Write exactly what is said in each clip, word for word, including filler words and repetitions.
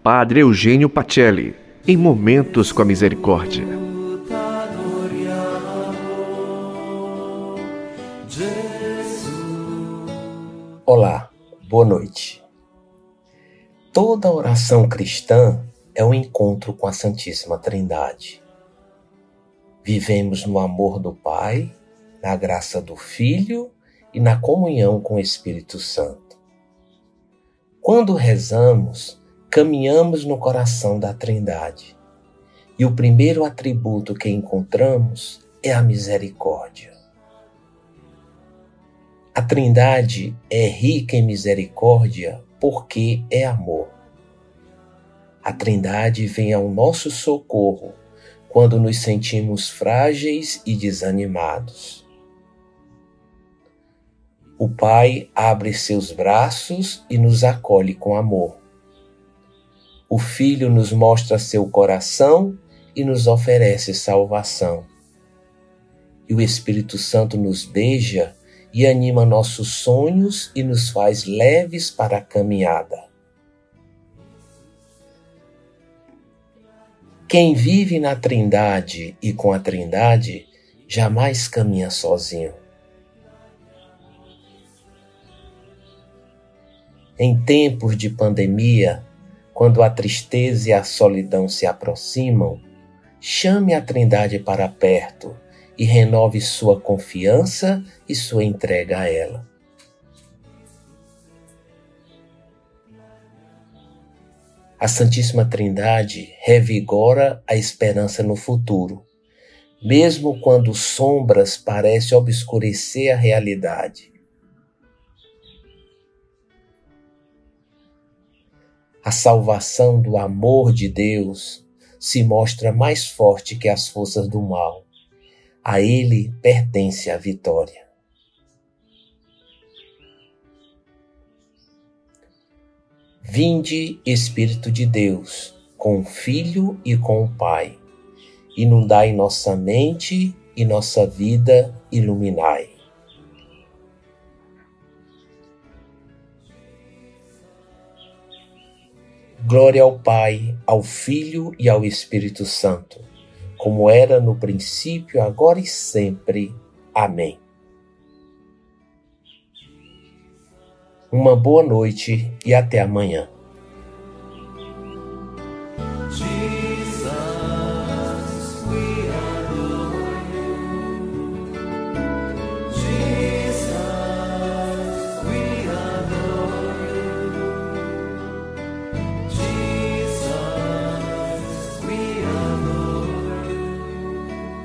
Padre Eugênio Pacelli, em Momentos com a Misericórdia. Olá, boa noite. Toda oração cristã é um encontro com a Santíssima Trindade. Vivemos no amor do Pai, na graça do Filho e na comunhão com o Espírito Santo. Quando rezamos, caminhamos no coração da Trindade. E o primeiro atributo que encontramos é a misericórdia. A Trindade é rica em misericórdia porque é amor. A Trindade vem ao nosso socorro quando nos sentimos frágeis e desanimados. O Pai abre seus braços e nos acolhe com amor. O Filho nos mostra seu coração e nos oferece salvação. E o Espírito Santo nos beija e anima nossos sonhos e nos faz leves para a caminhada. Quem vive na Trindade e com a Trindade jamais caminha sozinho. Em tempos de pandemia, quando a tristeza e a solidão se aproximam, chame a Trindade para perto e renove sua confiança e sua entrega a ela. A Santíssima Trindade revigora a esperança no futuro, mesmo quando sombras parecem obscurecer a realidade. A salvação do amor de Deus se mostra mais forte que as forças do mal. A Ele pertence a vitória. Vinde, Espírito de Deus, com o Filho e com o Pai, inundai nossa mente e nossa vida iluminai. Glória ao Pai, ao Filho e ao Espírito Santo, como era no princípio, agora e sempre. Amém. Uma boa noite e até amanhã.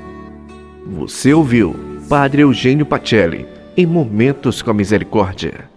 Você ouviu Padre Eugênio Pacelli, em Momentos com a Misericórdia.